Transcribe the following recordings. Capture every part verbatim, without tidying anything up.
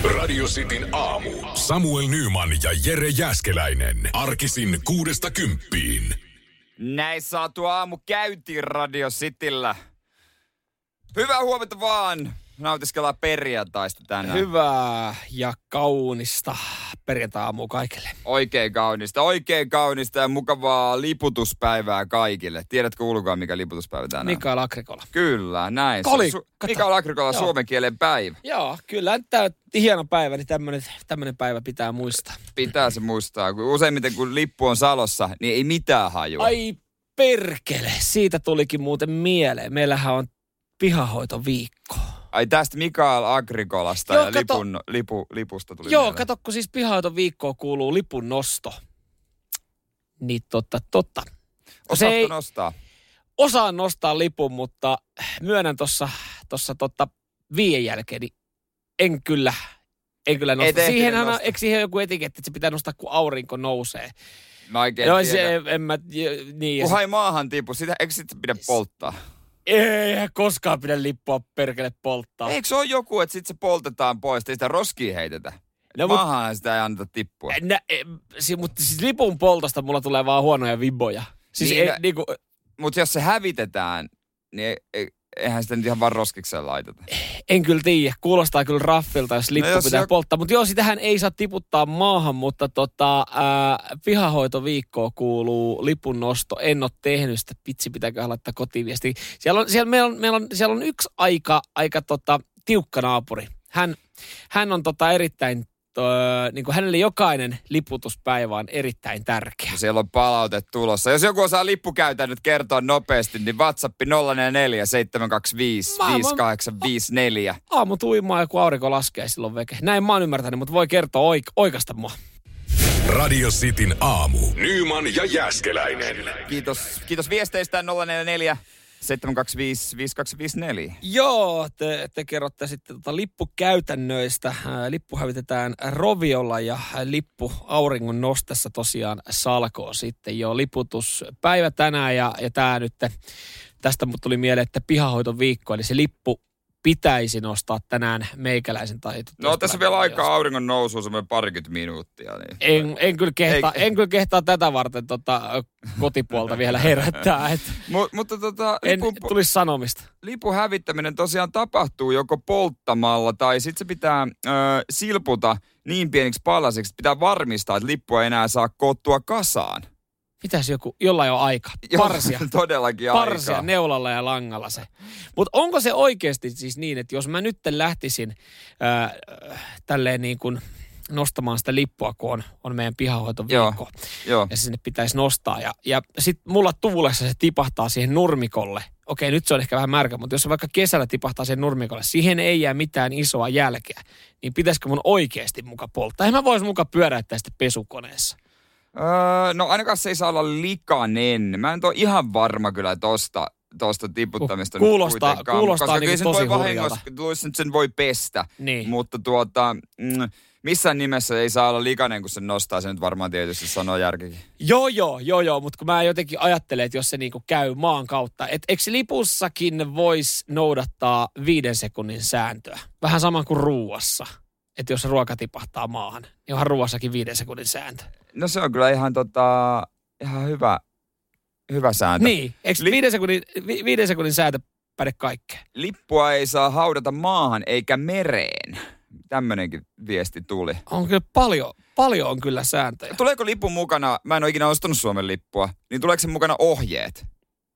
Radio Cityn aamu. Samuel Nyman ja Jere Jääskeläinen. Arkisin kuudesta kymppiin. Näin saatu aamu käyntiin Radio Cityllä. Hyvää huomenta vaan. Nautiskellaan perjantaista tänään. Hyvää ja kaunista perjantai-aamua kaikille. Oikein kaunista, oikein kaunista ja mukavaa liputuspäivää kaikille. Tiedätkö ulkoa, mikä liputuspäivä tänään? Mikael Agrikola. Kyllä, näin. Koli, Su- Mikael Agrikola, suomen kielen päivä. Joo, kyllä. Tämä hieno päivä, niin tämmöinen, tämmöinen päivä pitää muistaa. Pitää se muistaa. Useimmiten kun lippu on salossa, niin ei mitään hajua. Ai perkele, siitä tulikin muuten mieleen. Meillähän on pihahoitoviikko. Ai tästä Mikael Agrikolasta Joo, ja kato, lipun, lipu, lipusta tuli Joo, mieleen. kato, kun siis pihahoitoviikkoon kuuluu lipun nosto. Niin totta, totta. Osaatko ei, nostaa? Osaan nostaa lipun, mutta myönnän tuossa tossa, totta, viien jälkeen, niin en kyllä, en kyllä nosta. Siihenhän on, eikö siihen joku etiketti, että se pitää nostaa, kun aurinko nousee? Mä oikein Joo, tiedä. se, en mä, niin. Kunhan ei maahan tipu, sitä, eikö sitten pidä polttaa? Eihän koskaan pidä lippua perkele polttaa. Eikö se ole joku, että sitten se poltetaan pois, ei sitä roskia heitetä? No, maahan mut, sitä ei anneta tippua. Nä, si, mutta siis lipun poltosta mulla tulee vaan huonoja vibboja. Siis niin, ei, niinku, mutta jos se hävitetään, niin ei, eihän sitä nyt ihan vaan roskikseen laiteta. En kyllä tiedä. Kuulostaa kyllä raffilta, jos lippu no, jos pitää jo... polttaa. Mutta joo, sitähän ei saa tiputtaa maahan, mutta tota, ää, pihahoitoviikkoon kuuluu lipun nosto. En ole tehnyt sitä. Pitsi, pitääkö laittaa kotiviestiä. Siellä on, siellä, meillä on, meillä on, siellä on yksi aika, aika tota, tiukka naapuri. Hän, hän on tota, erittäin... Öö, niin kuin hänelle jokainen liputuspäivä on erittäin tärkeä. Siellä on palaute tulossa. Jos joku osaa lippukäytännöt kertoa nopeasti, niin WhatsApp nolla neljä neljä seitsemän kaksi viisi viisi kahdeksan viisi neljä. Aamu tuimaa ja kun aurinko laskee silloin veke. Näin mä oon ymmärtänyt, mutta voi kertoa oik- oikasta mua. Radio Cityn aamu. Nyman ja Jääskeläinen. Kiitos, kiitos viesteistä nolla neljä neljä seitsemän kaksi viisi viisi kaksi viisi neljä. Joo, te, te kerrotte sitten tota lippukäytännöistä. Lippu hävitetään roviolla ja lippu auringon nostessa tosiaan salkoo sitten jo liputuspäivä tänään. Ja, ja tää nyt, tästä mut tuli mieleen, että pihahoitoviikko, eli se lippu pitäisi nostaa tänään meikäläisen tai... No tässä vielä aikaa auringon nousuun semmoinen parikymmentä minuuttia. Niin. En, en, kyllä kehtaa, en kyllä kehtaa tätä varten tota, kotipuolta vielä herättää. Et Mut, mutta tota... En lipun, tulisi sanomista. Lipun hävittäminen tosiaan tapahtuu joko polttamalla tai sitten se pitää ö, silputa niin pieniksi palasiksi, että pitää varmistaa, että lippua ei enää saa koottua kasaan. Mitäs joku, jollain on aika? Parsia. Todellakin Parsia aikaa. neulalla ja langalla se. Mutta onko se oikeasti siis niin, että jos mä nyt lähtisin ää, tälleen niin kuin nostamaan sitä lippua, kun on, on meidän pihahoitoviikko. Joo. Ja sinne pitäisi nostaa. Ja, ja sitten mulla tuulessa se tipahtaa siihen nurmikolle. Okei, nyt se on ehkä vähän märkä, mutta jos se vaikka kesällä tipahtaa siihen nurmikolle, siihen ei jää mitään isoa jälkeä. Niin pitäisikö mun oikeasti muka polttaa? Eihän mä vois muka pyöräyttää sitten pesukoneessa. Öö, no ainakaan se ei saa olla likainen. Mä en ole ihan varma kyllä tosta, tosta tiputtamista. Kuulostaa, kuulostaa koska niin sen tosi voi hurjalta. Vahingossa, sen voi pestä. Niin. Mutta tuota, mm, missään nimessä ei saa olla likainen, kun sen nostaa. Se nyt varmaan tietysti sanoo järkikin. Joo, joo, joo, joo, mutta kun mä jotenkin ajattelen, että jos se niinku käy maan kautta, että eikö lipussakin voisi noudattaa viiden sekunnin sääntöä? Vähän sama kuin ruuassa. Että jos ruoka tipahtaa maahan, niin onhan ruuassakin viiden sekunnin sääntö. No se on kyllä ihan, tota, ihan hyvä, hyvä sääntö. Niin, eikö Li- viiden, sekunnin, vi, viiden sekunnin sääntö päde kaikkeen? Lippua ei saa haudata maahan eikä mereen. Tämmöinenkin viesti tuli. On kyllä paljon, paljon on kyllä sääntöjä. Tuleeko lipun mukana, mä en ole ikinä ostanut Suomen lippua, niin tuleeko se mukana ohjeet?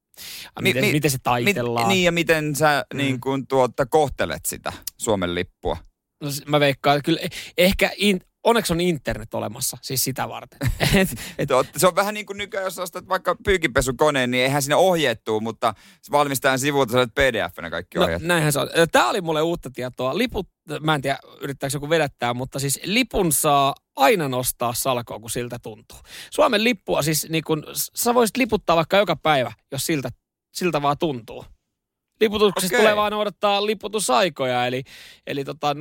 A, miten, mi, miten se taitellaan? Mi, niin ja miten sä mm. niin kun, tuota, kohtelet sitä Suomen lippua? No mä veikkaan, että kyllä ehkä in, onneksi on internet olemassa, siis sitä varten. et, et, se on vähän niin kuin nykyään, jos ostat vaikka pyykinpesukoneen, niin eihän sinne ohjeet tuu, mutta valmistajan sivulta sä olet P D F-nä kaikki ohjeet. No, näinhän se on. Tämä oli mulle uutta tietoa. Liput, mä en tiedä yrittääkö joku vedättää, mutta siis lipun saa aina nostaa salkoon, kun siltä tuntuu. Suomen lippua siis niin kun, sä voisit liputtaa vaikka joka päivä, jos siltä, siltä vaan tuntuu. Liputuksesta okay. tulee vaan noudattaa liputusaikoja, eli, eli tota,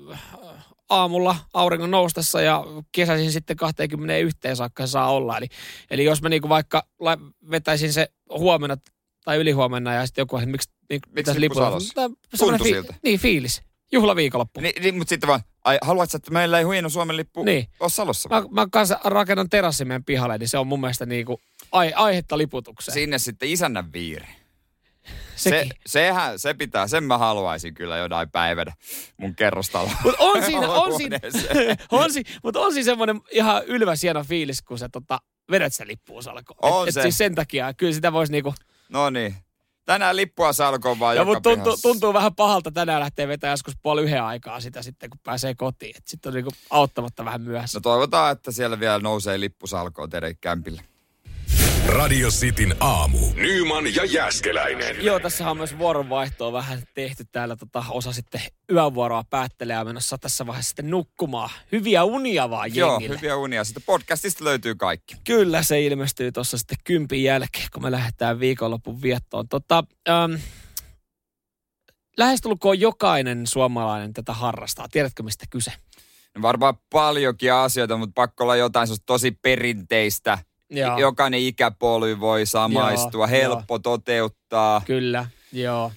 aamulla auringon noustessa ja kesäisin sitten kaksikymmentäyksi saakka se saa olla. Eli, eli jos mä niinku vaikka vetäisin se huomenna tai ylihuomenna ja sitten joku, miksi, miksi lippu salossa? Tuntui fi- siltä. Niin, fiilis. Juhlaviikonloppu. Ni, niin, mutta sitten vaan, ai, haluatko, että meillä ei hieno Suomen lippu niin. ole Salossa? Mä, mä kanssa rakennan terassin meidän pihalle, niin se on mun mielestä niinku ai, aihetta liputukseen. Sinne sitten isännän viiri. Sekin. Se, sehän, se pitää, sen mä haluaisin kyllä jotain päivänä mun kerrostalo. Mutta on siinä, on siinä, on siinä, mutta on siinä semmoinen ihan ylväs hieno fiilis, kun sä tota, vedät sitä lippua salkoon. On et, se. Et siis sen takia, kyllä sitä voisi niinku... No niin. Tänään lippua salkoon vaan ja joka mutta tuntuu, pihassa. tuntuu vähän pahalta tänään lähteä vetämään joskus puoli yhden aikaa sitä sitten, kun pääsee kotiin. Sitten on niinku auttamatta vähän myöhässä. No toivotaan, että siellä vielä nousee lippu salkoon teidän kämpille. Radio Cityn aamu. Nyman ja Jääskeläinen. Joo, tässä on myös vuoronvaihtoa vähän tehty täällä. Tota, osa sitten yövuoroa päättelee ja menossa tässä vaiheessa sitten nukkumaan. Hyviä unia vaan jengille. Joo, hyviä unia. Sitten podcastista löytyy kaikki. Kyllä, se ilmestyy tuossa sitten kympin jälkeen, kun me lähdetään viikonlopun viettoon. Tota, ähm, lähestulkoon jokainen suomalainen tätä harrastaa. Tiedätkö, mistä kyse? No varmaan paljonkin asioita, mutta pakko olla jotain tosi perinteistä. Joo. Jokainen ikäpolvi voi samaistua, Joo, helppo joo. toteuttaa. Kyllä, joo.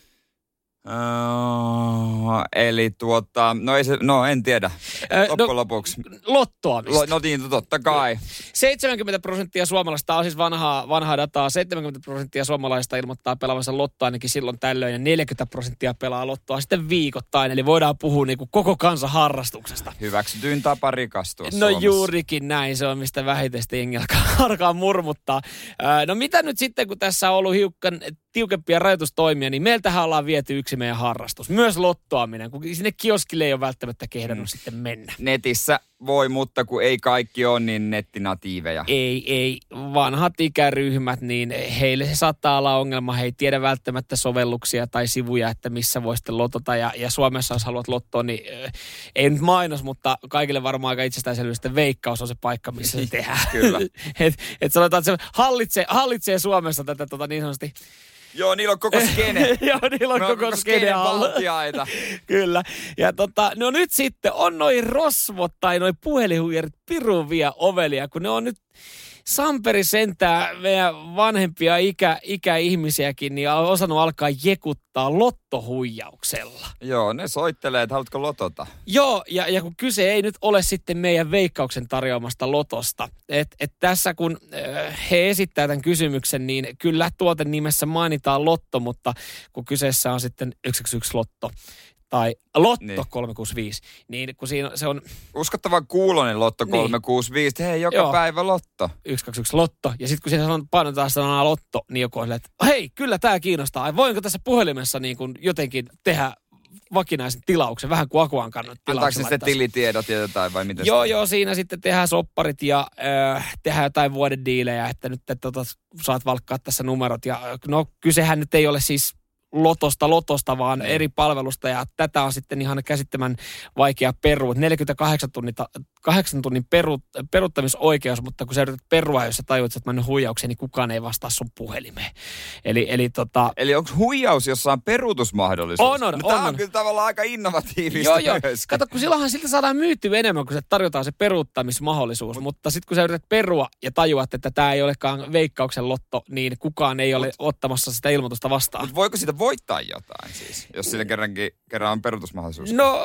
Uh, eli tuota, no, ei se, no en tiedä, Ö, loppujen no, lopuksi. Lottoamista. Lo, no niin, totta kai. seitsemänkymmentä prosenttia suomalaista on siis vanhaa, vanhaa dataa. seitsemänkymmentä prosenttia suomalaista ilmoittaa pelaavansa lottoa ainakin silloin tällöin ja neljäkymmentä prosenttia pelaa lottoa sitten viikoittain. Eli voidaan puhua niin kuin koko kansan harrastuksesta. Hyväksytyin tapa rikastua No Suomessa. juurikin näin, se on mistä vähiten sitten jengi alkaa, alkaa murmuttaa. Ää, no mitä nyt sitten, kun tässä on ollut hiukan tiukempia rajoitustoimia, niin meiltähän ollaan viety yksi meidän harrastus. Myös lottoaminen, kun sinne kioskille ei ole välttämättä kehdannut mm. sitten mennä. Netissä voi, mutta kun ei kaikki ole niin nettinatiiveja. Ei, ei. Vanhat ikäryhmät, niin heille se saattaa olla ongelma. He ei tiedä välttämättä sovelluksia tai sivuja, että missä voi sitten lotota. Ja, ja Suomessa, jos haluat lottoa, niin äh, ei nyt mainos, mutta kaikille varmaan aika itsestäänselvyys, että Veikkaus on se paikka, missä se tehdään. Kyllä. et, et sanotaan, että se hallitsee, hallitsee Suomessa tätä tota, niin sanotusti. Joo, niillä on koko skene. Joo, niillä on no, koko, koko skene alla. valtiaita. Kyllä. Ja tota, no nyt sitten on noi rosvot tai noi puhelinhuijarit pirun vie ovelia, kun ne on nyt Samperi sentää meidän vanhempia ikä, ikäihmisiäkin, niin on osannut alkaa jekuttaa lottohuijauksella. Joo, ne soittelee, että haluatko lotota. Joo, ja, ja kun kyse ei nyt ole sitten meidän Veikkauksen tarjoamasta lotosta. Että et tässä kun äh, he esittää tämän kysymyksen, niin kyllä tuoten nimessä mainitaan lotto, mutta kun kyseessä on sitten yksi yksi yksi lotto tai lotto niin. kolme kuusi viisi, niin kun siinä se on... Uskottavan kuulonen lotto niin. kolme kuusi viisi, hei joka Joo. päivä lotto. yksi kaksi yksi lotto. Ja sitten kun siinä sanon, painotaan sanaa lotto, niin joku on silleen, että hei, kyllä tämä kiinnostaa. Ai, voinko tässä puhelimessa niin kun jotenkin tehdä vakinaisen tilauksen, vähän kuin Akuan kannat tilauksen. Antaako se sitten tilitiedot ja jotain vai miten? Joo, joo, siinä sitten tehdään sopparit ja äh, tehdään jotain vuoden diilejä, että nyt että, tota, saat valkkaa tässä numerot. Ja no kysehän nyt ei ole siis lotosta lotosta, vaan mm. eri palvelusta ja tätä on sitten ihan käsittämän vaikea perua. neljäkymmentäkahdeksan tunnin, kahdeksan tunnin peru, peruuttamisoikeus, mutta kun sä yrität perua, jos sä tajuut, että sä oot mennyt huijaukseen, niin kukaan ei vastaa sun puhelimeen. Eli, eli, tota... eli onko huijaus, jossa on peruutusmahdollisuus? On, on, no, on. Tämä on kyllä tavallaan aika innovatiivista. Joo, joo. Kato, kun silloinhan siltä saadaan myytyä enemmän, kun se tarjotaan se peruuttamismahdollisuus, Mut. mutta sitten kun sä yrität perua ja tajuat, että tämä ei olekaan Veikkauksen lotto, niin kukaan ei ole Mut. ottamassa sitä ilmoitusta vastaan. Mutta voiko sitä voittaa jotain siis, jos sillä kerrankin kerran on peruutusmahdollisuus? No,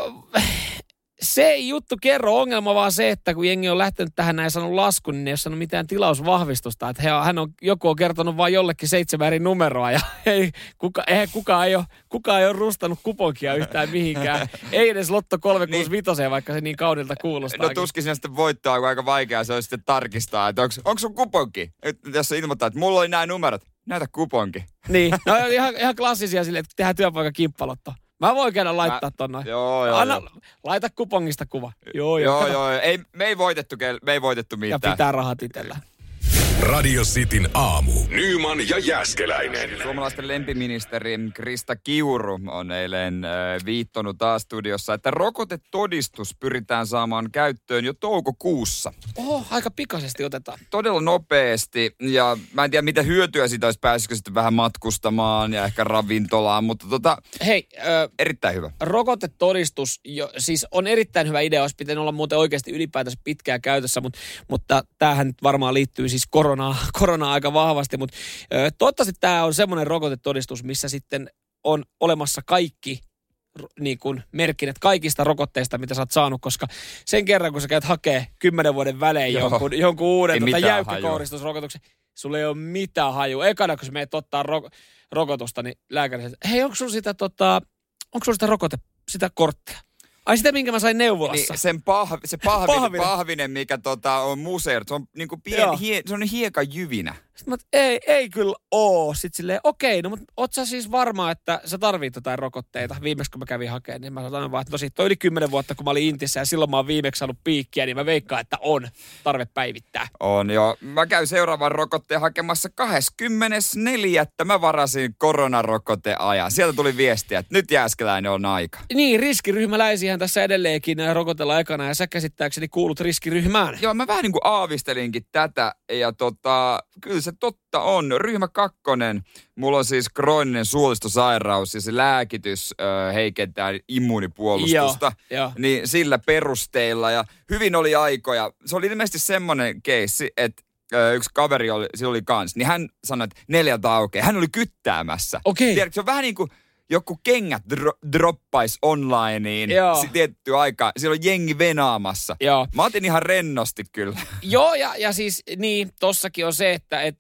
se ei juttu kerro. Ongelma vaan se, että kun jengi on lähtenyt tähän näin saanut laskun, niin ei ole saanut mitään tilausvahvistusta. Että he, hän on, joku on kertonut vain jollekin seitsemän eri numeroa ja ei, kuka, eihän kukaan ei ole, kukaan ei ole rustannut kuponkia yhtään mihinkään. Ei edes Lotto kolme kuusi viisi, niin. Vaikka se niin kaunilta kuulostaa. No tuskin sinä sitten voittaa, kun aika vaikeaa se on sitten tarkistaa, että onko sun kuponki? Jos se ilmoittaa, että mulla oli nämä numerot, näytä kuponki. Niin, no ihan, ihan klassisia silleen, että tehdään työpaikan kimppalotto. Mä voin käydä laittaa tonne. Joo, joo, Anna, joo. Laita kupongista kuva. Joo, joo. joo, joo. Ei, me, ei voitettu, me ei voitettu mitään. Ja pitää rahat itsellä. Radio Cityn aamu. Nyman ja Jääskeläinen. Suomalaisten lempiministeri Krista Kiuru on eilen äh, viittonut taas studiossa, että rokotetodistus pyritään saamaan käyttöön jo toukokuussa. Oho, aika pikaisesti otetaan. Todella nopeasti, ja mä en tiedä mitä hyötyä siitä olisi, pääsikö sitten vähän matkustamaan ja ehkä ravintolaan, mutta tota, hei, ö, erittäin hyvä. Rokotetodistus jo, siis on erittäin hyvä idea, olisi pitänyt olla muuten oikeasti ylipäätänsä pitkään käytössä, mutta, mutta tämähän nyt varmaan liittyy siis koronaa, koronaa aika vahvasti, mutta ö, toivottavasti tämä on semmoinen rokotetodistus, missä sitten on olemassa kaikki niin kuin merkinnät kaikista rokotteista, mitä sä oot saanut, koska sen kerran, kun sä käyt hakee kymmenen vuoden välein jonkun, jonkun uuden tota jäykkikouristusrokotuksen, sulla ei ole mitään hajua. Ekana, kun sä menet ottaa ro- rokotusta, niin lääkäri sanoo, hei, onko sulla sitä, tota, onko sulla sitä rokote, sitä korttia? Ai sitä, minkä mä sain neuvolassa. Niin, sen pah, se pahvinen, pahvinen. pahvinen, mikä tota, on museert, se on niinku pieni, hie, se on hiekan jyvinä. Sitten mä, ei, ei kyllä oo. Sitten silleen, okei, no mutta oot sä siis varma, että sä tarvit jotain rokotteita? Viimeksi kun mä kävin hakemaan, niin mä sanoin vaan, että no siitä on yli kymmenen vuotta, kun mä olin Intissä ja silloin mä oon viimeksi saanut piikkiä, niin mä veikkaan, että on tarve päivittää. On joo. Mä käyn seuraavan rokotteen hakemassa kahdeskymmenesneljäs Mä varasin koronarokoteajan. Sieltä tuli viestiä, että nyt Jääskeläinen on aika. Niin, riskiryhmäläisihän tässä edelleenkin rokotella ekana ja sä käsittääkseni kuulut riskiryhmään. Joo, mä vähän niin kuin aavistelinkin tätä ja tota, kyllä se totta on. Ryhmä kakkonen, mulla on siis krooninen suolistosairaus ja se lääkitys ö, heikentää immuunipuolustusta. Joo, jo. Niin sillä perusteilla ja hyvin oli aikoja. Se oli ilmeisesti semmoinen keissi, että ö, yksi kaveri oli, sillä oli kans, niin hän sanoi, että neljältä aukeaa. Hän oli kyttäämässä. Okei. Tiedätkö, se on vähän niin kuin joku kengät dro- droppais onlineen tiettyä aikaa. Siellä on jengi venaamassa. Joo. Mä otin ihan rennosti kyllä. Joo, ja, ja siis niin, tossakin on se, että et,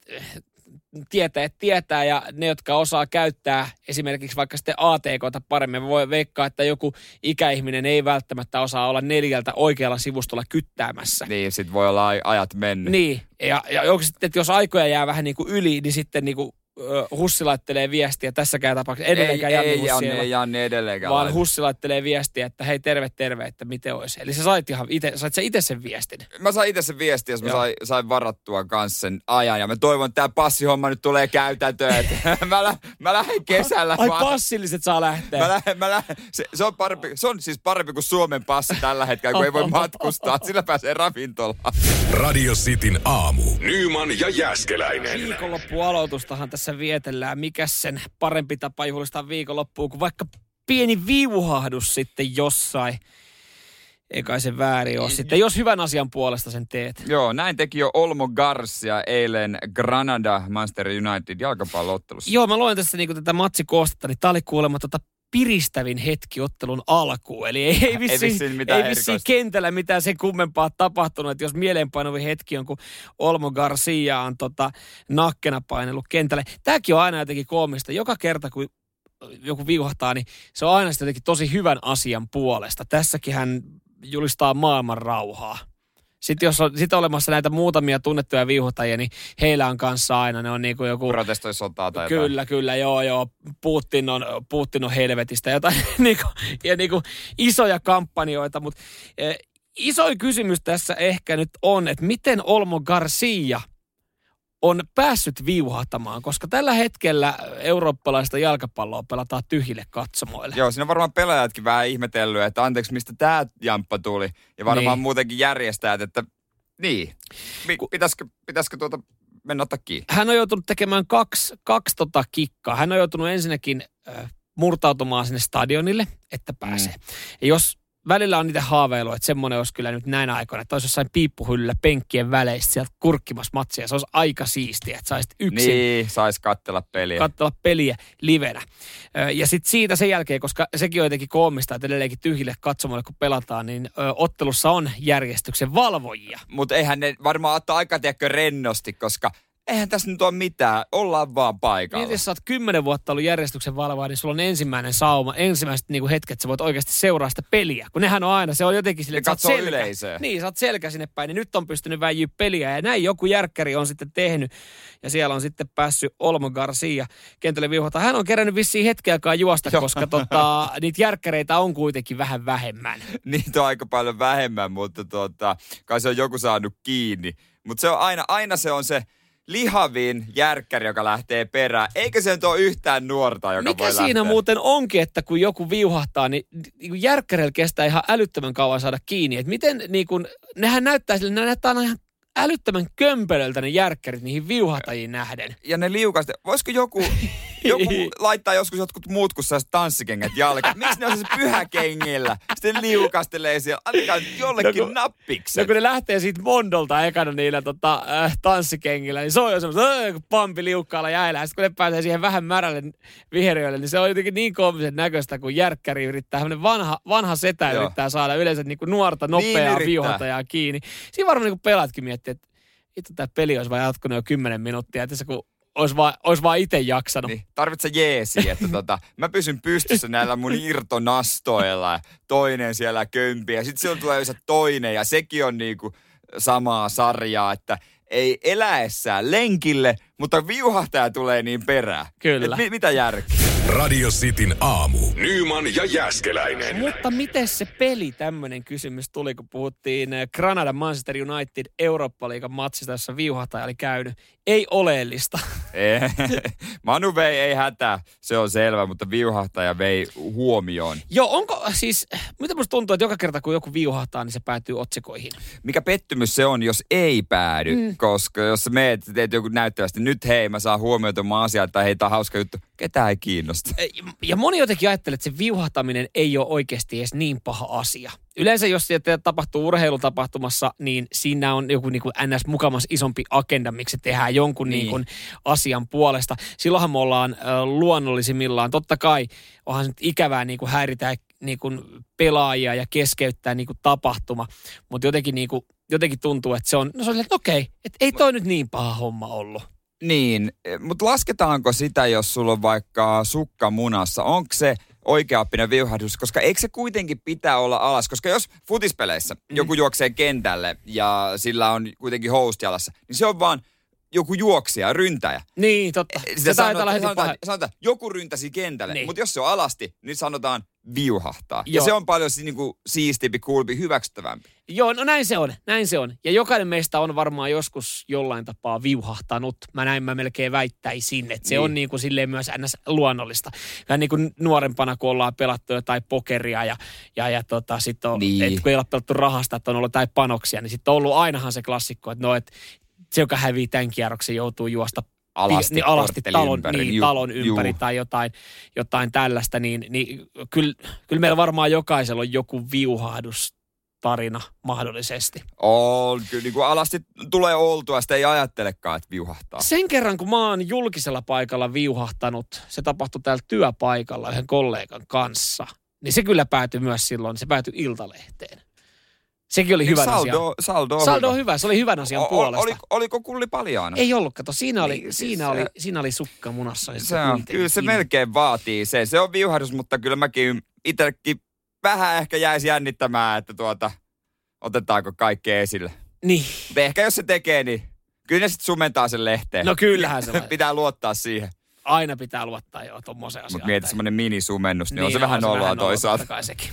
tietää, että tietää, ja ne, jotka osaa käyttää esimerkiksi vaikka sitten A T K:ta paremmin, voi veikkaa, että joku ikäihminen ei välttämättä osaa olla neljältä oikealla sivustolla kyttäämässä. Niin, sit voi olla ajat mennyt. Niin, ja, ja onko sitten, että jos aikoja jää vähän niin kuin yli, niin sitten niin kuin Hussi laittelee viestiä, tässäkään tapauksessa edelleenkään ei, Janni ei, Hussi. Ei, Janni edelleenkään. Vaan Hussi laittelee viestiä, että hei terve, terve, että miten olisi. Eli sä sait ihan ite, sait sä itse sen viestin. Mä sain itse sen viestin, jos mä sain, sain varattua kanssa sen ajan. Ja mä toivon, että tää passihomma nyt tulee käytäntöön. mä, lä, mä lähden kesällä. Ai vaan. Passilliset saa lähteä. Mä lähden, mä lähden. Se, se, on parempi, se on siis parempi kuin Suomen passi tällä hetkellä, kun ei voi matkustaa. Sillä pääsee ravintolaan. Radio Cityn aamu. Nyman ja Jääskeläinen. Viikonloppualoitustahan tässä vietellään. Mikäs sen parempi tapa juhlistaa viikonloppuun kuin vaikka pieni viuhahdus sitten jossain. Eikä se väärin ole sitten, jos hyvän asian puolesta sen teet. Joo, näin teki jo Olmo Garcia eilen Granada Manchester United jalkapallo-ottelussa. Joo, mä luen tässä niinku tätä matsikoostetta, niin tää oli kuulemma tota piristävin hetki ottelun alkuun. Eli ei, ei vissiin, ei vissiin, mitään ei vissiin kentällä mitään sen kummempaa tapahtunut, että jos mieleenpainuvi hetki on, kun Olmo Garcia on tota nakkena painellut kentälle. Tämäkin on aina jotenkin koomista. Joka kerta, kun joku viuhahtaa, niin se on aina jotenkin tosi hyvän asian puolesta. Tässäkin hän julistaa maailman rauhaa. Sitten jos on, sit on olemassa näitä muutamia tunnettuja viuhtajia, niin heillä on kanssa aina, ne on niin kuin joku... Protestoi sotaa tai Kyllä, jotain. kyllä, joo, joo. Putin on, Putin on helvetistä, jotain niin kuin, ja niin kuin isoja kampanjoita, mutta eh, isoin kysymys tässä ehkä nyt on, että miten Olmo Garcia on päässyt viuhahtamaan, koska tällä hetkellä eurooppalaista jalkapalloa pelataan tyhjille katsomoille. Joo, siinä on varmaan pelaajatkin vähän ihmetellyt, että anteeksi, mistä tämä jamppa tuli. Ja varmaan niin. muutenkin järjestäjät, että niin, pitäisikö, pitäisikö tuota mennä ottaa kiinni? Hän on joutunut tekemään kaksi, kaksi tota kikkaa. Hän on joutunut ensinnäkin äh, murtautumaan sinne stadionille, että pääsee. Mm. Ja jos välillä on niitä haaveiluja, että semmoinen olisi kyllä nyt näinä aikoina, että olisi jossain piippuhyllyllä penkkien väleistä sieltä kurkkimassa matsia. Se olisi aika siistiä, että saisit yksin niin, saisi katsella peliä. katsella peliä livenä. Ja sitten siitä sen jälkeen, koska sekin on jotenkin koomista, että edelleenkin tyhjille katsomoille kun pelataan, niin ottelussa on järjestyksen valvojia. Mutta eihän ne varmaan ottaa aika tiedäkö rennosti, koska eihän tässä nyt ole mitään, ollaan vaan paikalla. Niin, jos sä oot kymmenen vuotta ollut järjestyksen valvoja, niin sulla on ensimmäinen sauma, ensimmäiset niinku hetket, että sä voit oikeasti seuraa sitä peliä. Kun nehän on aina, se on jotenkin silleen, että sä oot selkä. Yleisöä. Niin, sä oot selkä sinne päin, niin nyt on pystynyt väijyä peliä. Ja näin joku järkkäri on sitten tehnyt. Ja siellä on sitten päässyt Olmo Garcia kentälle viuhata. Hän on kerännyt vissiin hetkeäkaan juosta, koska tota, niitä järkkäreitä on kuitenkin vähän vähemmän. Niitä on aika paljon vähemmän, mutta tota, kai se on joku saanut kiinni. Mutta se on aina, aina se on se lihavin järkkäri, joka lähtee perään. Eikö se nyt ole yhtään nuorta, joka Mikä voi lähteä? Mikä siinä muuten onkin, että kun joku viuhahtaa, niin, niin järkkäreillä kestää ihan älyttömän kauan saada kiinni. Et miten, niin kun, nehän näyttää sille, ne näyttää ihan älyttömän kömpelöltä ne järkkärit niihin viuhahtajiin nähden. Ja ne liukasti. Voisiko joku, joku laittaa joskus jotkut muut kuin sellaiset tanssikengät jalkaan. Miksi ne on siis pyhäkengillä? Sitten liukastelee siellä. Antakaa jollekin no, nappikset. No kun ne lähtee siitä Mondolta ekana niillä tota, äh, tanssikengillä, niin se on jo semmoista äh, pampi liukkaalla jäillä. Sitten kun ne pääsee siihen vähän märälle viheriöille, niin se on jotenkin niin koomisen näköistä, kun järkkäri yrittää, hämmöinen vanha, vanha setä Joo. yrittää saada yleensä niin kuin nuorta, nopeaa niin viuhontajaa kiinni. Siinä varmaan niin kuin pelatkin miettii, että itse tämä peli olisi vaan jatkunut jo kymmenen minuuttia, että se kun olisi vaan, olisi vaan itse jaksanut. Niin, tarvitset jeesi, että tota, mä pysyn pystyssä näillä mun irtonastoilla ja toinen siellä kömpiä. Sitten silloin tulee se toinen ja sekin on niinku samaa sarjaa, että ei eläessään lenkille, mutta viuhahtaja tulee niin perään. Kyllä. Et, mitä järkeä? Radio Cityn aamu. Nyman ja Jääskeläinen. Mutta miten se peli, tämmöinen kysymys tuli, kun puhuttiin Granada Manchester United Eurooppa-liigan matsista, jossa viuhahtaja oli käynyt. Ei oleellista. Manu vei ei hätää, se on selvä, mutta viuhahtaja vei huomioon. Joo, onko siis, mitä musta tuntuu, että joka kerta kun joku viuhahtaa, niin se päätyy otsikoihin? Mikä pettymys se on, jos ei päädy, mm. koska jos sä meet, teet joku näyttävästi, nyt hei, mä saan huomioon mun asiaa, tai hei, tää on hauska juttu, ketään ei kiinnosta. Ja moni jotenkin ajattelee, että se viuhahtaminen ei ole oikeasti edes niin paha asia. Yleensä jos se tapahtuu urheilutapahtumassa, niin siinä on joku niin kuin N S mukamas isompi agenda, miksi se tehdään jonkun niin. Niin kuin asian puolesta. Silloinhan me ollaan äh, luonnollisimmillaan. Totta kai onhan se nyt ikävää niin kuin häiritään niin kuin pelaajia ja keskeyttää niin kuin tapahtuma. Mutta jotenkin, niin kuin, jotenkin tuntuu, että se on, no se on, että okei, että ei toi nyt niin paha homma ollut. Niin, mutta lasketaanko sitä, jos sulla on vaikka sukka munassa? Onko se oikeaoppinen viuhahdus? Koska eikö se kuitenkin pitää olla alas? Koska jos futispeleissä mm. joku juoksee kentälle ja sillä on kuitenkin housut jalassa, niin se on vaan joku juoksija, ryntäjä. Niin, totta. Sitä sanotaan, sanotaan, sanotaan, joku ryntäsi kentälle, niin. Mutta jos se on alasti, niin sanotaan viuhahtaa. Joo. Ja se on paljon niin kuin siistimpi, kuulpi, hyväksyttävämpi. Joo, no näin se on, näin se on. Ja jokainen meistä on varmaan joskus jollain tapaa viuhahtanut. Mä näin mä melkein väittäisin, että se niin. on niin kuin silleen myös ns. Luonnollista. Ja niin kuin nuorempana, kun ollaan pelattu jotain pokeria ja, ja, ja tota, sit on, niin. et kun ei ole pelattu rahasta, että on ollut jotain panoksia, niin sitten on ollut ainahan se klassikko, että no, että se, joka hävii tämän kierroksen, joutuu juosta alasti, niin, alasti talon ympäri, niin, ju, talon ympäri ju. tai jotain, jotain tällaista, niin, niin kyllä, kyllä meillä varmaan jokaisella on joku viuhahdustarina mahdollisesti. On, kyllä niin kuin alasti tulee oltua, sitä ei ajattelekaan, että viuhahtaa. Sen kerran, kun mä oon julkisella paikalla viuhahtanut, se tapahtui täällä työpaikalla yhden kollegan kanssa, niin se kyllä päätyi myös silloin, se päätyi Iltalehteen. Sekin oli niin hyvän saldo, asian. Saldo, saldo on hyvä, se oli hyvän asian o, puolesta. Oli, oliko kulli paljaana? Ei ollut, kato. Siinä oli, niin, siinä se, oli, siinä oli sukka munassa. Se on, kyllä se melkein vaatii se. Se on viuhahdus, mutta kyllä mäkin itsekin vähän ehkä jäisi jännittämään, että tuota, otetaanko kaikkea esille. Niin. Mutta ehkä jos se tekee, niin kyllä ne sitten sumentaa sen lehteen. No kyllähän se pitää luottaa siihen. Aina pitää luottaa jo tuommoiseen asiaan. Mutta mieti semmoinen minisumennus, niin, niin on se on vähän noloa toisaalta.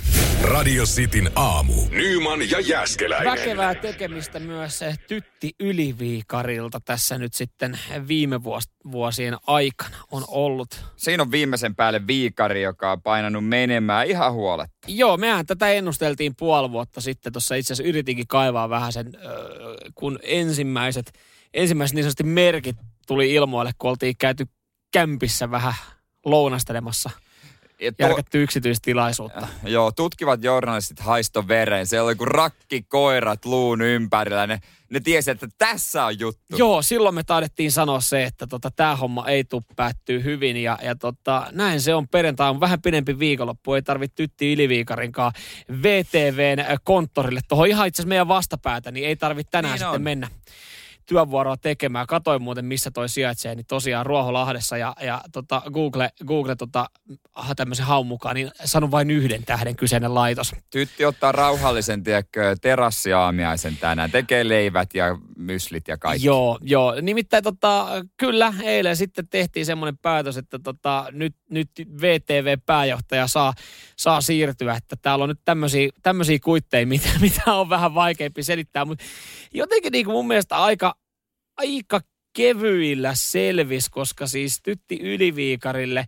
Radio Cityn aamu. Nyman ja Jääskeläinen. Väkevää tekemistä myös Tytti Yliviikarilta tässä nyt sitten viime vuosien aikana on ollut. Siinä on viimeisen päälle viikari, joka on painanut menemään ihan huoletta. Joo, mehän tätä ennusteltiin puoli vuotta sitten. Tuossa itse asiassa yritinkin kaivaa vähän sen, kun ensimmäiset, ensimmäiset niin sanotusti merkit tuli ilmoille, kun oltiin käyty kämpissä vähän lounastelemassa. Järkätty yksityistilaisuutta. Joo, tutkivat journalistit haisto veren. Se oli kuin rakkikoirat luun ympärillä. Ne, ne tiesi, että tässä on juttu. Joo, silloin me taidettiin sanoa se, että tota, tämä homma ei tule päättyä hyvin. Ja, ja tota, näin se on perjantai. On vähän pidempi viikonloppu. Ei tarvitse Tytti Yliviikarinkaan V T V:n konttorille. Tuohon ihan itse asiassa meidän vastapäätä, niin ei tarvitse tänään niin sitten on. mennä työvuoroa tekemään. Katoin muuten, missä toi sijaitsee, niin tosiaan Ruoholahdessa ja, ja tota Google, Google tota, tämmöisen haun mukaan, niin sanon vain yhden tähden kyseinen laitos. Tytti ottaa rauhallisen, tiedätkö, terassiaamiaisen tänään, tekee leivät ja myslit ja kaikki. Joo, joo. Nimittäin tota, kyllä, eilen sitten tehtiin semmoinen päätös, että tota, nyt, nyt V T V-pääjohtaja saa, saa siirtyä, että täällä on nyt tämmöisiä, tämmöisiä kuitteja, mitä, mitä on vähän vaikeampi selittää, mutta jotenkin niin kuin mun mielestä aika aika kevyillä selvis, koska siis Tytti Yliviikarille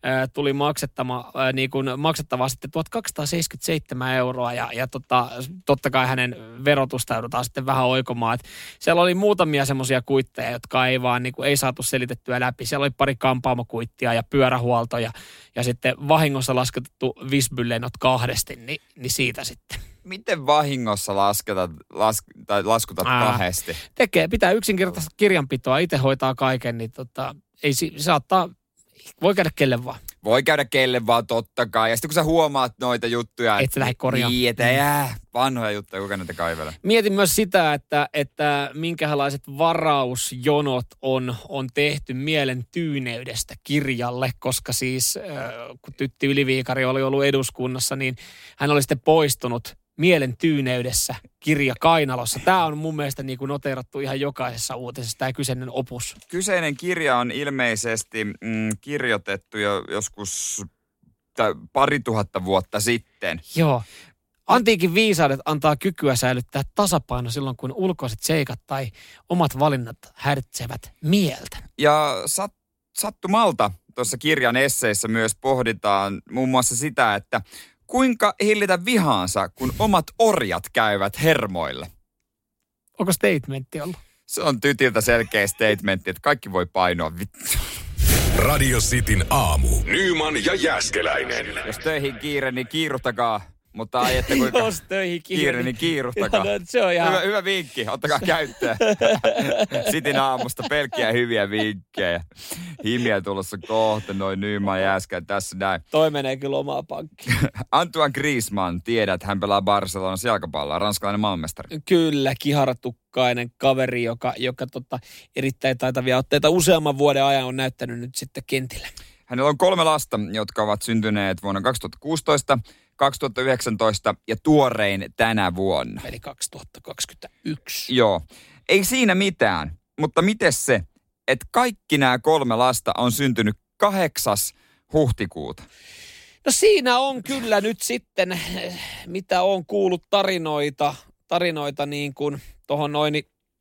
ää, tuli maksettama, ää, niin kuin maksettavaa sitten tuhatkaksisataaseitsemänkymmentäseitsemän euroa ja, ja tota, totta kai hänen verotusta joudutaan sitten vähän oikomaan. Et siellä oli muutamia semmoisia kuitteja, jotka ei vaan niin kuin, ei saatu selitettyä läpi. Siellä oli pari kampaamokuittia ja pyörähuolto ja, ja sitten vahingossa lasketettu Visbyllenot kahdesti, niin, niin siitä sitten. Miten vahingossa lasketat, las, tai laskutat Ää, kahdesti? Tekee, pitää yksinkertaista kirjanpitoa, itse hoitaa kaiken, niin tota, ei saattaa, voi käydä kelle vaan. Voi käydä kelle vaan, totta kai. Ja sitten kun sä huomaat noita juttuja. Et sä lähde korjaamaan. Niin, että jää vanhoja juttuja, kuka näitä kaivelee. Mietin myös sitä, että, että minkälaiset varausjonot on, on tehty mielen tyyneydestä kirjalle, koska siis äh, kun Tytti Yliviikari oli ollut eduskunnassa, niin hän oli sitten poistunut mielen tyyneydessä kirja kainalossa. Tämä on mun mielestä niin kuin noteerattu ihan jokaisessa uutisessa, tämä kyseinen opus. Kyseinen kirja on ilmeisesti mm, kirjoitettu jo joskus tai pari tuhatta vuotta sitten. Joo. Antiikin viisaudet antaa kykyä säilyttää tasapaino silloin, kun ulkoiset seikat tai omat valinnat häiritsevät mieltä. Ja sat, sattumalta tuossa kirjan esseissä myös pohditaan muun muassa sitä, että kuinka hillitä vihaansa, kun omat orjat käyvät hermoille. Onko statementti ollut? Se on Tytiltä selkeä statementti, että kaikki voi painoa vittu. Radio Cityn aamu. Nyman ja Jääskeläinen. Jos töihin kiire, niin kiiruhtakaa. Mutta ajette kuinka Jos töihin kiire, kiire, niin kiiruhtakaa. Ihan, se on ihan... Hyvä, hyvä vinkki, ottakaa käyttöön. Cityn aamusta pelkkiä hyviä vinkkejä. Himiä tulossa kohta, noin Nyman ja Jääskeläinen tässä näin. Toi menee kyllä omaa pankkiin. Antoine Griezmann, tiedät, hän pelaa Barcelonassa jalkapalloa, ranskalainen maailmanmestari. Kyllä, kiharatukkainen kaveri, joka, joka tota, erittäin taitavia otteita useamman vuoden ajan on näyttänyt nyt sitten kentillä. Hänellä on kolme lasta, jotka ovat syntyneet vuonna kaksituhattakuusitoista, kaksituhattayhdeksäntoista ja tuorein tänä vuonna. Eli kaksituhattakaksikymmentäyksi. Joo. Ei siinä mitään, mutta miten se, että kaikki nämä kolme lasta on syntynyt kahdeksas huhtikuuta? No siinä on kyllä nyt sitten, mitä on kuullut tarinoita, tarinoita niin kuin tuohon noin,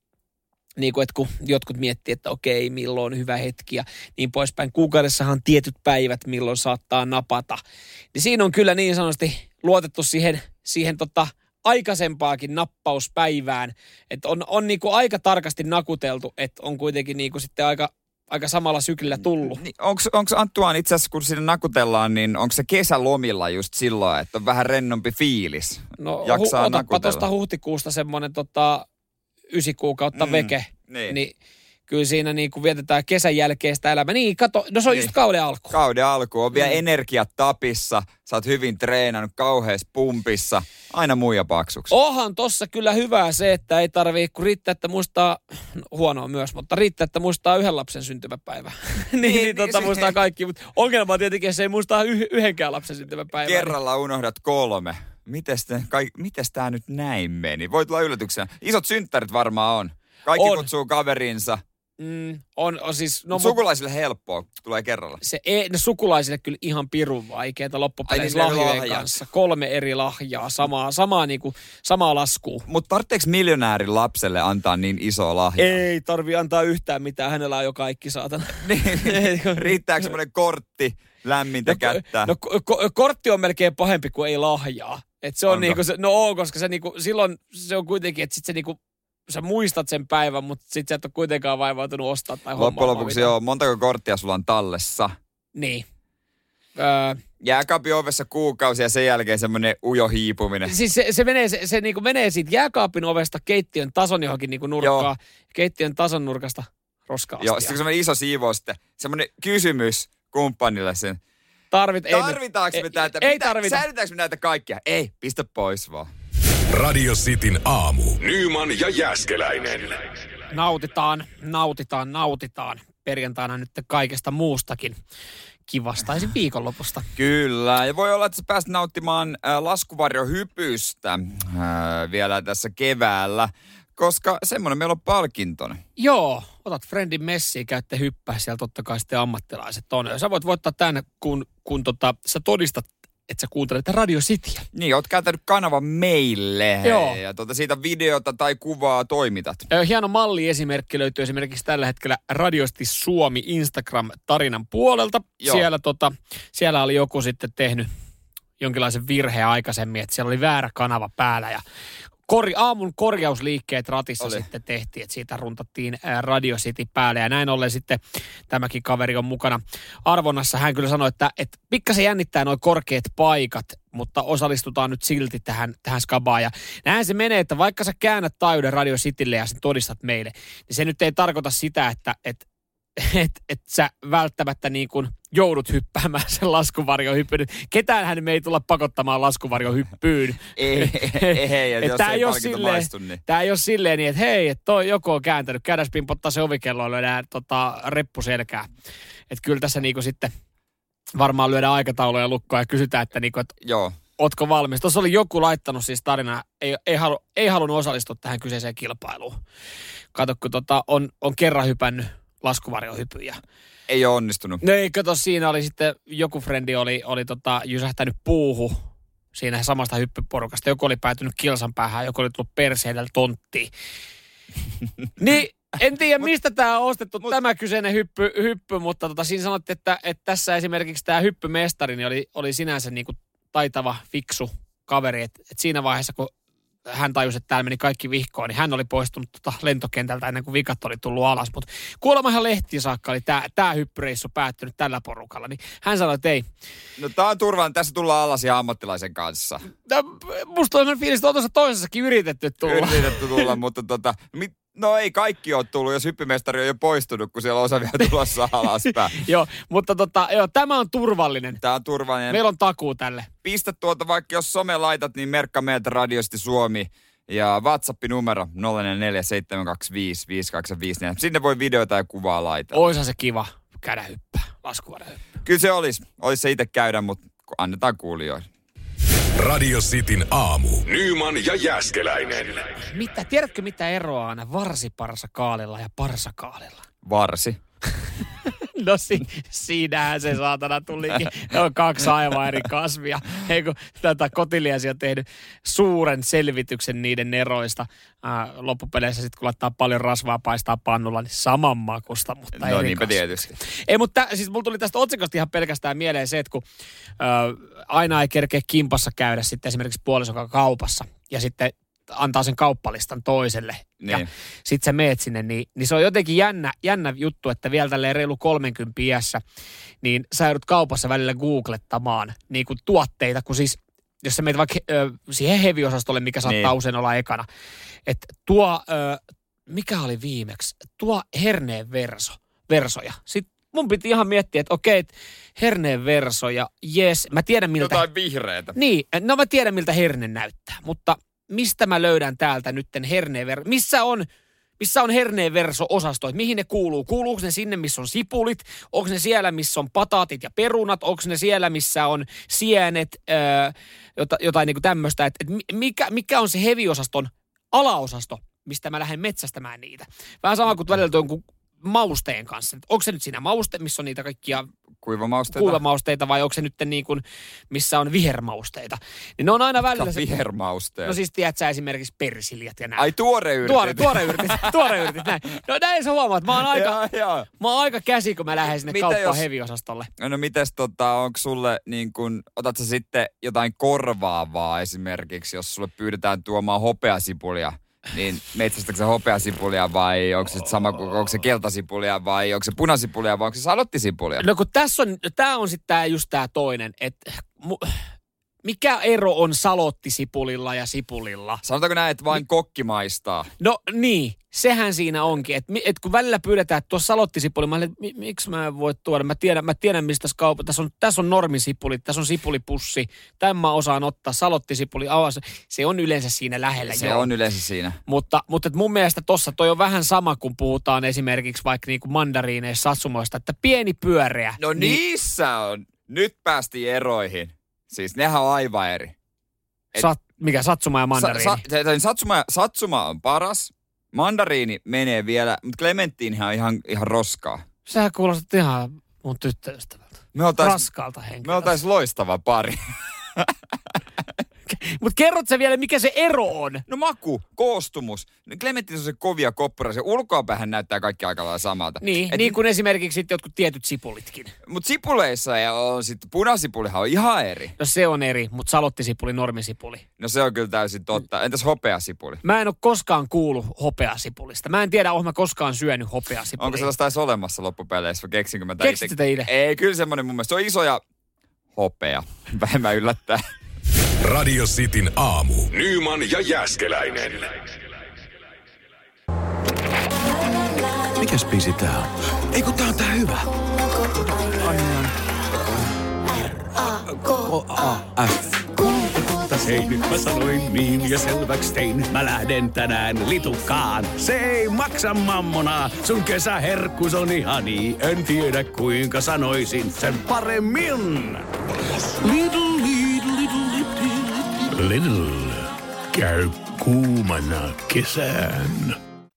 niin kuin, että kun jotkut miettii, että okei, milloin on hyvä hetki ja niin poispäin. Kuukaudessahan on tietyt päivät, milloin saattaa napata. Niin siinä on kyllä niin sanotusti luotettu siihen, siihen tota aikaisempaakin nappauspäivään. Että on, on niin kuin aika tarkasti nakuteltu, että on kuitenkin niin kuin sitten aika, aika samalla syklillä tullut. Niin, onko Antoine itse asiassa, kun siinä nakutellaan, niin onko se kesälomilla just silloin, että on vähän rennompi fiilis? No jaksaa hu- otapa nakutella? tuosta huhtikuusta semmoinen tota, ysi kuukautta mm, veke. Niin. niin kyllä siinä niin kuin vietetään kesän jälkeistä elämää. Niin, kato, no se on niin. Just kauden alku. Kauden alku. On vielä Mm. energiat tapissa. Sä oot hyvin treenannut, kauheassa pumpissa. Aina muija paksuksi. Onhan tossa kyllä hyvää se, että ei tarvii, kun riittää, että muistaa, no, huonoa myös, mutta riittää, että muistaa yhden lapsen syntymäpäivä. niin, niin, niin tota, se- muistaa kaikki, mutta ongelma on tietenkin, se ei muistaa yh- yhdenkään lapsen syntymäpäivää. Kerralla unohdat kolme. Mites, te, kai, mites tää nyt näin meni? Voi tulla yllätyksenä. Isot synttärit varmaan on. Kaikki On. kutsuu kaverinsa. Mm, on, on siis, no, No, Sukulaisille helppoa, tulee kerralla. se ei, ne sukulaisille kyllä ihan pirun vaikeita loppupeleissä Ai niin, ne lahjojen lahjat. kanssa. Kolme eri lahjaa, samaa, samaa, niinku, samaa laskua. Mutta tarvitseeko miljonäärin lapselle antaa niin iso lahja? Ei tarvi antaa yhtään mitään, hänellä on jo kaikki saatana. Niin, riittääkö semmoinen kortti, lämmintä kättä? No ko- ko- kortti on melkein pahempi kuin ei lahjaa. Et se on Onko? niinku se, no on, koska se niinku, silloin se on kuitenkin, että sit se niinku, sä muistat sen päivän, mutta sit sä et ole kuitenkaan vaivautunut ostaa tai hommaa. Loppujen lopuksi joo, montako korttia sulla on tallessa? Niin. Öö, Jääkaapin ovessa kuukausi ja sen jälkeen semmoinen ujo hiipuminen. siis se, se, menee, se, se niinku menee siitä jääkaapin ovesta keittiön tason johonkin niinku nurkkaan. Joo. Keittiön tason nurkasta roska-astiaan. Joo, sitten kun semmoinen iso siivous sitten, semmoinen kysymys kumppanille sen. Tarvit, ei, Tarvitaanko me ei, tätä? Ei Mitä- tarvita. Säilytäänkö me näitä kaikkia? Ei, pistä pois vaan. Radio Cityn aamu. Nyman ja Jääskeläinen. Nautitaan, nautitaan, nautitaan. Perjantaina nyt kaikesta muustakin kivasta esim. Viikonlopusta. Kyllä, ja voi olla, että sä pääst nauttimaan äh, laskuvarjohypystä äh, vielä tässä keväällä, koska semmoinen meillä on palkintona. Joo, otat friendin messiin, käytte hyppää siellä totta kai sitten ammattilaiset on. Sä voit voittaa tämän, kun, kun tota, sä todistat että sä kuuntelet Radio Cityä. Niin, oot käyttänyt kanavan meille. Joo. Ja tuota, siitä videota tai kuvaa toimitat. Hieno malliesimerkki löytyy esimerkiksi tällä hetkellä Radio City Suomi Instagram-tarinan puolelta. Joo. Siellä, tota, siellä oli joku sitten tehnyt jonkinlaisen virheen aikaisemmin, että siellä oli väärä kanava päällä ja Kor- aamun korjausliikkeet ratissa oli. Sitten tehtiin, että siitä runtattiin Radio City päälle. Ja näin ollen sitten tämäkin kaveri on mukana arvonnassa. Hän kyllä sanoi, että, että pikkasen jännittää nuo korkeat paikat, mutta osallistutaan nyt silti tähän, tähän skabaan. Ja näin se menee, että vaikka sä käännät taajuuden Radio Citylle ja sen todistat meille, niin se nyt ei tarkoita sitä, että et, et, et sä välttämättä niin kuin joudut hyppäämään sen laskuvarjohyppyyn. Ketäänhän me ei tulla pakottamaan laskuvarjohyppyyn. ei, ei, ei, jos tää ei ei palkinto silleen, maistu, niin. Tää ei ole silleen niin, että hei, että toi joku on kääntänyt, käydäs pimpottaa se ovikello ja lyödään tota, reppu selkää. Että kyllä tässä niinku sitten varmaan lyödään aikatauluja lukkoon ja kysytään, että niinku, et, Joo. ootko valmis. Tuossa oli joku laittanut siis tarinaa, ei, ei, halu, ei halunnut osallistua tähän kyseiseen kilpailuun. Kato, kun tota, on, on kerran hypännyt laskuvarjohypyjä. Ei ole onnistunut. No ei, kato, siinä oli sitten, joku frendi oli, oli tota, jysähtänyt puuhu siinä samasta hyppyporukasta. Joku oli päätynyt kilsan päähän, joku oli tullut perseedellä tonttiin. Niin, en tiedä mistä tämä on ostettu, mut, tämä kyseinen hyppy, hyppy mutta tota, siinä sanottiin, että, että tässä esimerkiksi tämä hyppymestari niin oli, oli sinänsä niinku taitava, fiksu kaveri. Että et siinä vaiheessa, kun hän tajusi, että täällä meni kaikki vihkoon, niin hän oli poistunut tota lentokentältä ennen kuin vikat oli tullut alas. Mutta kuulemma ihan lehtiin saakka oli tämä, tämä hyppyreissu päättynyt tällä porukalla. Niin hän sanoi, että ei. No tää on turvallinen. Tässä tullaan alas ja ammattilaisen kanssa. No, musta on fiilis, että on tuossa toisessakin yritetty tulla. Yritetty tulla, mutta tota, mit, no ei kaikki ole tullut, jos hyppymestari on jo poistunut, kun siellä on osa vielä tulossa alaspäin. Joo, mutta tota, joo, tämä on turvallinen. Tää on turvallinen. Meillä on takuu tälle. Pistä tuolta, vaikka jos some laitat, niin merkka meiltä Radio City Suomi ja WhatsApp-numero nolla neljä neljä seitsemän kaksi viisi viisi kaksi viisi. Sinne voi videota ja kuvaa laittaa. Oisa se kiva käydä hyppää, laskuvarjohyppää. Kyllä se olisi. Olisi se itse käydä, mutta annetaan kuulijoille. Radio Cityn aamu. Nyman ja Jääskeläinen. Mitä, tiedätkö mitä eroa on varsiparsakaalilla ja parsakaalilla? Varsi. No si- siinähän se saatana tulikin. Ne on kaksi aivan eri kasvia. Eikö tätä Kotiliesi on tehnyt suuren selvityksen niiden eroista. Ää, loppupeleissä sitten kun laittaa paljon rasvaa paistaa pannulla, niin saman makusta, mutta no eri niinpä kasvia. tietysti. Ei, mutta siis mulla tuli tästä otsikosta ihan pelkästään mieleen se, että kun ää, aina ei kerkeä kimpassa käydä sitten esimerkiksi puolisokan kaupassa ja sitten antaa sen kauppalistan toiselle. Niin. Ja sit sä meet sinne, niin, niin se on jotenkin jännä, jännä juttu, että vielä tälleen reilu kolmenkympin iässä, niin sä joudut kaupassa välillä googlettamaan niin kuin tuotteita, kun siis, jos sä meet vaikka ö, siihen heavy-osastolle, mikä saattaa niin. usein olla ekana, että tuo, ö, mikä oli viimeksi, tuo herneen verso, versoja. Sitten mun piti ihan miettiä, että okei, että herneen verso ja jes, mä tiedän miltä... Jotain vihreätä. Niin, no mä tiedän miltä herne näyttää, mutta mistä mä löydän täältä nytten herneen verso? Missä on, missä on herneen verso-osasto? Mihin ne kuuluu? Kuuluuko ne sinne, missä on sipulit? Onko ne siellä, missä on pataatit ja perunat? Onko ne siellä, missä on sienet? Öö, jota, jotain niin kuin tämmöistä. Et, et mikä, mikä on se heavy-osaston alaosasto, mistä mä lähden metsästämään niitä? Vähän sama kuin välillä jonkun mausteen kanssa. Onko se nyt siinä mauste, missä on niitä kaikkia Kuivamausteita. kuivamausteita vai onko se nyt niin kuin, missä on vihermausteita? Niin ne on aina välillä se... Vihermausteet. No siis tiedät sä esimerkiksi persiljät ja näin. Ai tuoreyrtit. Tuore, tuoreyrtit, tuoreyrtit, näin. No näin sä huomaat, mä oon aika, Jaa, jaa. mä oon aika käsi, kun mä lähden sinne Mitä kauppaan jos- heavy-osastolle. No mites tota, onko sulle niin kun, otat sä sitten jotain korvaavaa esimerkiksi, jos sulle pyydetään tuomaan hopeasipulia, niin metsästäkö se hopeasipulia vai onko se sit sama, kuin- onko se keltasipulia vai onko se punasipulia vai onko se salottisipulia? No kun tässä on, tää on sitten tää just tää toinen, että mu- mikä ero on salottisipulilla ja sipulilla? Sanotaanko näin, että vain kokki maistaa? No niin, sehän siinä onkin, että et kun välillä pyydetään, että tuossa salottisipuli, mä olen, että miksi mä en voi tuoda, mä tiedän, mä tiedän mistä tässä kaupassa, tässä on, tässä on normisipuli, tässä on sipulipussi, tämän mä osaan ottaa, salottisipuli, avas, se on yleensä siinä lähellä. Se joo. on yleensä siinä. Mutta, mutta et mun mielestä tossa toi on vähän sama, kun puhutaan esimerkiksi vaikka niinku mandariineissa, satsumoista, että pieni pyöreä. No niissä on. Nyt päästiin eroihin. Siis nehän on aivan eri. Et- Sat, mikä, satsuma ja mandariini? Sa, sa, se- satsuma, satsuma on paras. Mandariini menee vielä, mutta klementtiinhän on ihan, ihan roskaa. Sä kuulostat ihan mun tyttöystävältä. Me oltais, Raskaalta me henkilöltä. oltais loistava pari. Mutta kerrot sä vielä, mikä se ero on? No maku, koostumus. Clementin on se kovia koppuraisia. Ulkoapähän näyttää kaikki aika lailla samalta. Niin, Et, niin kuin esimerkiksi sitten jotkut tietyt sipulitkin. Mutta sipuleissa on sitten, punasipulihan on ihan eri. No se on eri, mutta salottisipuli, normisipuli. No se on kyllä täysin totta. Entäs hopeasipuli? Mä en ole koskaan kuullut hopeasipulista. Mä en tiedä, onko mä koskaan syönyt hopeasipulia. Onko sellaista edes olemassa loppupeleissä vai keksinkö mä Keksit sitä itse? Ei, kyllä semmoinen mun mielestä. Se on iso ja hopea. Vähemmän yllättää. Radio Cityn aamu. Nyman ja Jääskeläinen. Mikäs biisi tää on? Ei kun tää on tää hyvä. R-A-K-A-F. Hei, nyt mä sanoin niin ja selväks tein. Mä lähden tänään litukaan. Se ei maksa mammonaa. Sun kesäherkkus on ihani. En tiedä kuinka sanoisin sen paremmin. Little, little, little, little, little. Käy kuumana kesään.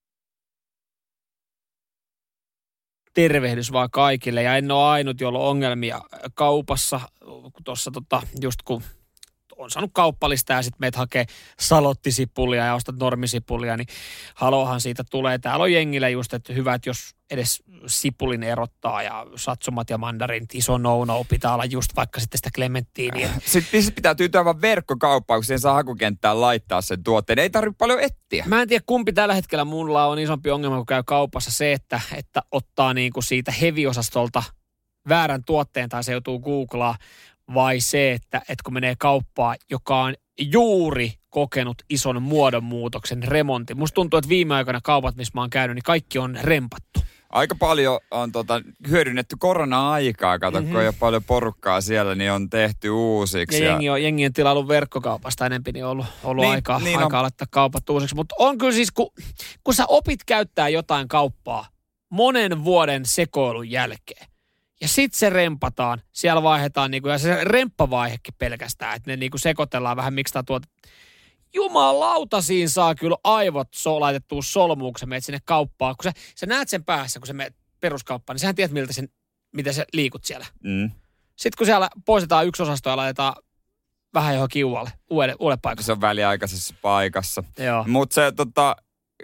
Tervehdys vaan kaikille. Ja en ole ainut, jolla on ongelmia kaupassa. Tuossa tota, just kun on saanut kauppalista ja sitten meitä hakee salottisipulia ja ostat normisipulia, niin halohan siitä tulee. Täällä on jengillä just, että hyvä, että jos edes sipulin erottaa ja satsumat ja mandarinit, iso no-no, pitää olla just vaikka sitten sitä klementtiiniä. Sitten pitää tyytyä vaan verkkokauppaan, kun siihen saa hakukenttään laittaa sen tuotteen. Ei tarvitse paljon etsiä. Mä en tiedä, kumpi tällä hetkellä mulla on isompi ongelma, kun käy kaupassa se, että, että ottaa niinku siitä heavy-osastolta väärän tuotteen tai se joutuu googlaa, vai se, että, että kun menee kauppaan, joka on juuri kokenut ison muodonmuutoksen, remontin. Musta tuntuu, että viime aikoina kaupat, missä mä oon käynyt, niin kaikki on rempattu. Aika paljon on tota, hyödynnetty korona-aikaa, kato, mm-hmm. kun on jo paljon porukkaa siellä, niin on tehty uusiksi. Ja, ja... jengi on, jengi on tilailu verkkokaupasta enempi, niin on ollut, ollut niin, aikaa, niin aikaa on. laittaa kaupat uusiksi. Mutta on kyllä siis, kun, kun sä opit käyttää jotain kauppaa monen vuoden sekoilun jälkeen, ja sitten se rempataan, siellä vaihdetaan, niinku, ja se remppavaihekin pelkästään, että ne niinku sekoitellaan vähän, miksi tämä tuote. Jumalauta, siinä saa kyllä aivot so, laitettua solmuun, kun sä menet sinne kauppaan. Kun sä, sä näet sen päässä, kun sä menet peruskauppaan, niin sähän tiedät, miltä sen, mitä sä liikut siellä. Mm. Sitten kun siellä poistetaan yksi osasto ja laitetaan vähän johon kiualle, uudelle, uudelle paikalle. Se on väliaikaisessa paikassa. Joo. Mutta se tota,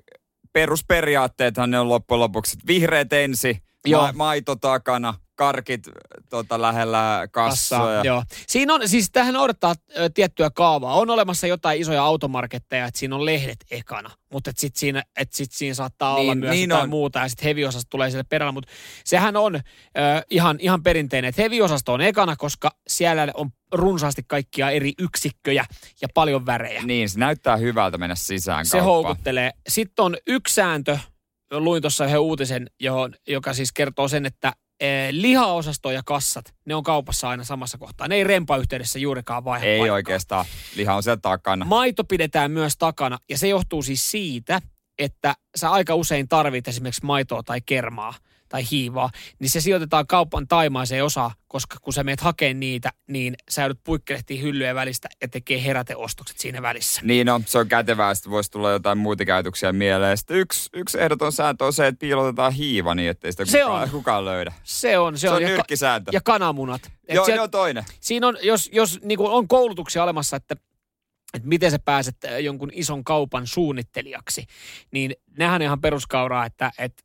perusperiaatteethan ne on loppujen lopuksi, vihreät ensin, ma- maito takana, karkit tota, lähellä kassaa. Ja... Joo. Siinä on, siis tähän odottaa ö, tiettyä kaavaa. On olemassa jotain isoja automarketteja, että siinä on lehdet ekana. Mutta sitten siinä, et sit siinä saattaa niin, olla myös niin jotain on. muuta ja sitten heavy-osasto tulee sille perällä. Mutta sehän on ö, ihan, ihan perinteinen, että heavy-osasto on ekana, koska siellä on runsaasti kaikkia eri yksikköjä ja paljon värejä. Niin, se näyttää hyvältä mennä sisään Se kauppaan. houkuttelee. Sitten on yksi sääntö, luin tuossa yhden uutisen, johon, joka siis kertoo sen, että lihaosasto ja kassat, ne on kaupassa aina samassa kohtaa. Ne ei rempa-yhteydessä juurikaan vaihda Ei paikkaa. oikeastaan. Liha on siellä takana. Maito pidetään myös takana ja se johtuu siis siitä, että sä aika usein tarvit esimerkiksi maitoa tai kermaa tai hiivaa, niin se sijoitetaan kaupan taimaiseen osaan, koska kun sä meet hakemaan niitä, niin sä joudut puikkelehtiin hyllyjen välistä ja tekee heräteostokset siinä välissä. Niin no, se on kätevää, sitten voisi tulla jotain muita käytöksiä mieleen. Sitten yksi, yksi ehdoton sääntö on se, että piilotetaan hiiva niin, ettei sitä se kukaan, on. kukaan löydä. Se on. Se, se on, on. nyrkkisääntö. Ja, ja kananmunat. Et Joo, siellä, joo, toinen. Siinä on, jos, jos niin kuin on koulutuksia olemassa, että että miten sä pääset jonkun ison kaupan suunnittelijaksi, niin nehän on ihan peruskauraa, että, että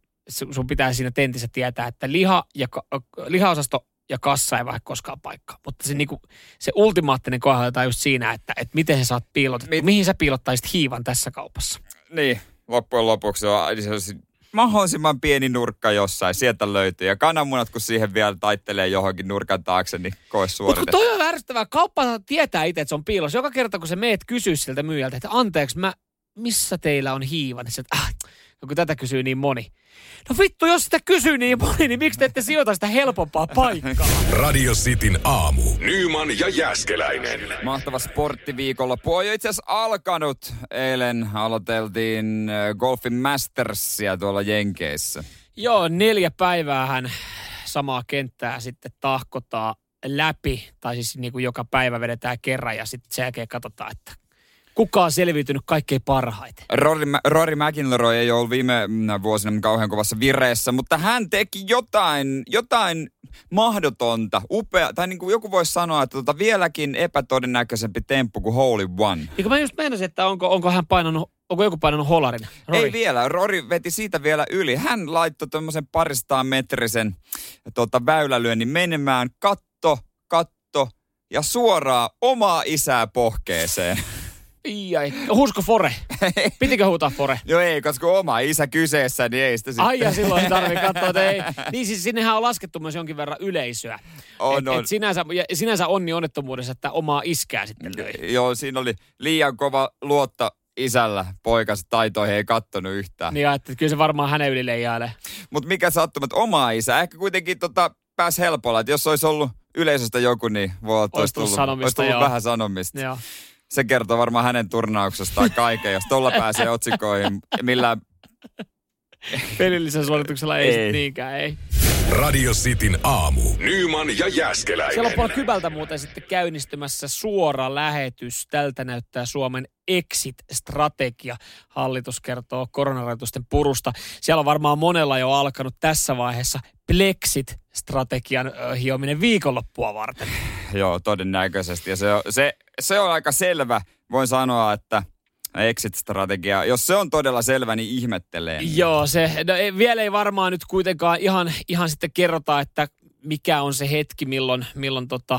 sun pitää siinä tentissä tietää, että liha ja, lihaosasto ja kassa ei vaihda koskaan paikkaa. Mutta se, niinku, se ultimaattinen kohdalla just siinä, että, että miten sä saat piilotettua. Mi- Mihin sä piilottaisit hiivan tässä kaupassa? Niin, loppujen lopuksi on, se on mahdollisimman pieni nurkka jossain, sieltä löytyy. Ja kananmunat, kun siihen vielä taittelee johonkin nurkan taakse, niin koe suoritettu. Mutta toi on ärsyttävää. Kauppa tietää itse, että se on piilossa. Joka kerta, kun sä meet kysyä siltä myyjältä, että anteeksi, mä, missä teillä on hiiva? Niin sä, että, ah, kun tätä kysyy niin moni. No vittu, jos sitä kysyy niin moni, niin miksi te ette sijoita sitä helpompaa paikkaa? Radio Cityn aamu. Nyman ja Jääskeläinen. Mahtava sporttiviikonloppu on jo itse asiassa alkanut. Eilen aloiteltiin Golfin Mastersia tuolla Jenkeissä. Joo, neljä päiväähän samaa kenttää sitten tahkotaan läpi. Tai siis niin kuin joka päivä vedetään kerran ja sitten sen jälkeen katsotaan, että Kuka on selviytynyt kaikkein parhaiten? Rory, Rory McIlroy ei ollut viime vuosina kauhean kovassa vireessä, mutta hän teki jotain, jotain mahdotonta, upea, tai niin kuin joku voisi sanoa, että tota vieläkin epätodennäköisempi temppu kuin Hole in One. Niin mä just meinasin, että onko, onko hän painanut, onko joku painanut holarin? Rory. Ei vielä, Rory veti siitä vielä yli. Hän laittoi tämmöisen paristaan metrisen tota, väylälyönnin menemään, katto, katto ja suoraan omaa isää pohkeeseen. Iai, huusko Fore? Pitikö huutaa Fore? Joo ei, koska oma isä kyseessä, niin ei sitä sitten. Ai ja silloin tarvii katsoa, että ei. Niin siis sinnehän on laskettu myös jonkin verran yleisöä. On, et, on. Et sinänsä, sinänsä onni onnettomuudessa, että omaa iskää sitten löi. Joo, siinä oli liian kova luotto isällä. Poikansa taitoihin ei kattonut yhtään. Niin että kyllä se varmaan hänen yli leijailee. Mutta mikä sattuma, että oma isä ehkä kuitenkin tota, pääsi helpolla. Että jos olisi ollut yleisöstä joku, niin voi olla, että olisi tullut, sanomista, olisi tullut vähän sanomista. Joo. Se kertoo varmaan hänen turnauksestaan kaiken, jos tuolla pääsee otsikoihin. Millään pelillisen suorituksella ei, ei. niinkään, ei. Radio Cityn aamu. Nyman ja Jääskeläinen. Siellä on puolella Kybältä muuten sitten käynnistymässä suora lähetys. Tältä näyttää Suomen exit-strategia. Hallitus kertoo koronarajoitusten purusta. Siellä on varmaan monella jo alkanut tässä vaiheessa Plexit-strategian hiominen viikonloppua varten. Joo, todennäköisesti. Ja se on, se, se on aika selvä. Voin sanoa, että exit-strategia, jos se on todella selvä, niin ihmettelee. Joo, se no, ei, vielä ei varmaan nyt kuitenkaan ihan, ihan sitten kerrota, että mikä on se hetki, milloin, milloin tota,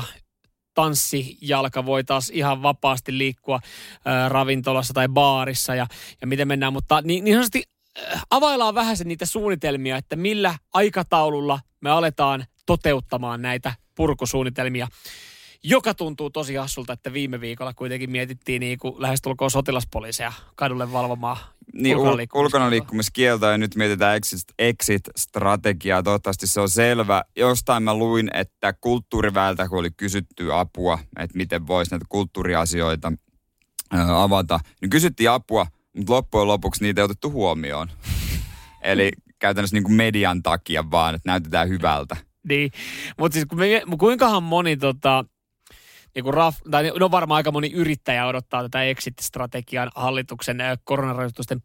tanssijalka voi taas ihan vapaasti liikkua ää, ravintolassa tai baarissa ja, ja miten mennään. Mutta niin, niin sanotusti äh, availlaan vähän se niitä suunnitelmia, että millä aikataululla me aletaan toteuttamaan näitä purkusuunnitelmia. Joka tuntuu tosi hassulta, että viime viikolla kuitenkin mietittiin niin kuin lähestulkoon sotilaspoliiseja kadulle valvomaan niin, ulkona liikkumiskieltoa ja nyt mietitään exit, exit-strategiaa. Toivottavasti se on selvä. Jostain mä luin, että kulttuuriväeltä, kun oli kysytty apua, että miten voisi näitä kulttuuriasioita ää, avata, niin kysyttiin apua, mutta loppujen lopuksi niitä ei otettu huomioon. Eli käytännössä niin kuin median takia vaan, että näytetään hyvältä. Niin, mutta siis kun me, kuinkahan moni tota... Niin kuin raf, tai no varmaan aika moni yrittäjä odottaa tätä exit-strategian hallituksen koronarajoitusten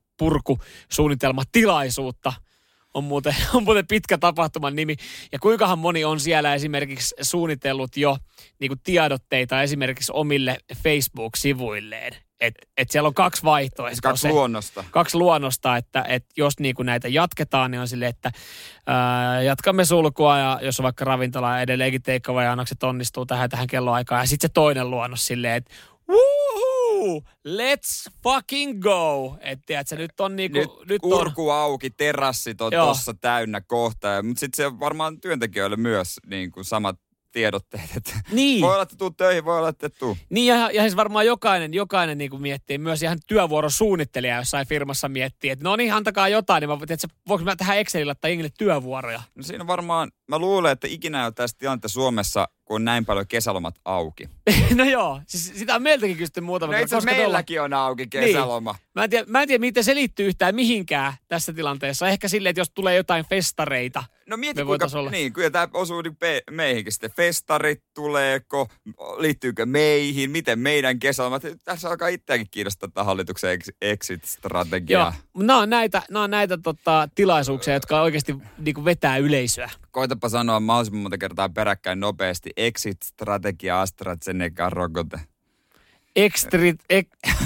purkusuunnitelmatilaisuutta. On muuten, on muuten pitkä tapahtuman nimi. Ja kuinkahan moni on siellä esimerkiksi suunnitellut jo niin kuin tiedotteita esimerkiksi omille Facebook-sivuilleen. Että et siellä on kaksi vaihtoehtoa. Kaksi se, luonnosta. Kaksi luonnosta, että et jos niinku näitä jatketaan, niin on silleen, että ää, jatkamme sulkua ja jos on vaikka ravintola ja edelleenkin takeaway-annokset onnistuu tähän tähän kelloaikaan. Ja sitten se toinen luonnos silleen, että woohoo, let's fucking go. Että tiedätkö, nyt on niinku... Nyt, nyt kurku on, auki, terassit on tossa täynnä kohta. Mutta sitten se on varmaan työntekijöille myös niin kuin samat tiedotteet, että niin. Voi olla, että tuu töihin, voi olla, että et tuu. Niin ja, ja siis varmaan jokainen, jokainen niin kuin miettii, myös ihan työvuorosuunnittelija jossain firmassa miettii, että no niin, antakaa jotain, niin mä, tiedätkö, voinko mä tähän Excelillä laittaa jengille työvuoroja? No siinä varmaan, mä luulen, että ikinä on tästä tilanteessa Suomessa, kun on näin paljon kesälomat auki. No joo, siis sitä on meiltäkin kysytty muutama. No itse asiassa meilläkin tuolla... on auki kesäloma. Niin. Mä en, tiedä, mä en tiedä, miten se liittyy yhtään mihinkään tässä tilanteessa. Ehkä silleen, että jos tulee jotain festareita. No mieti, kuinka, niin, kyllä tämä osuu meihinkin sitten. Festarit tuleeko, liittyykö meihin, miten meidän kesälomat. Tässä alkaa itseäkin kiinnostaa tämä hallituksen exit-strategiaa. Joo, nämä on näitä, nämä on näitä tota, tilaisuuksia, jotka oikeasti niin kuin vetää yleisöä. Koitapa sanoa mahdollisimman monta kertaa peräkkäin nopeasti. Exit-strategia, AstraZeneca, rokote. Extrit... Ek...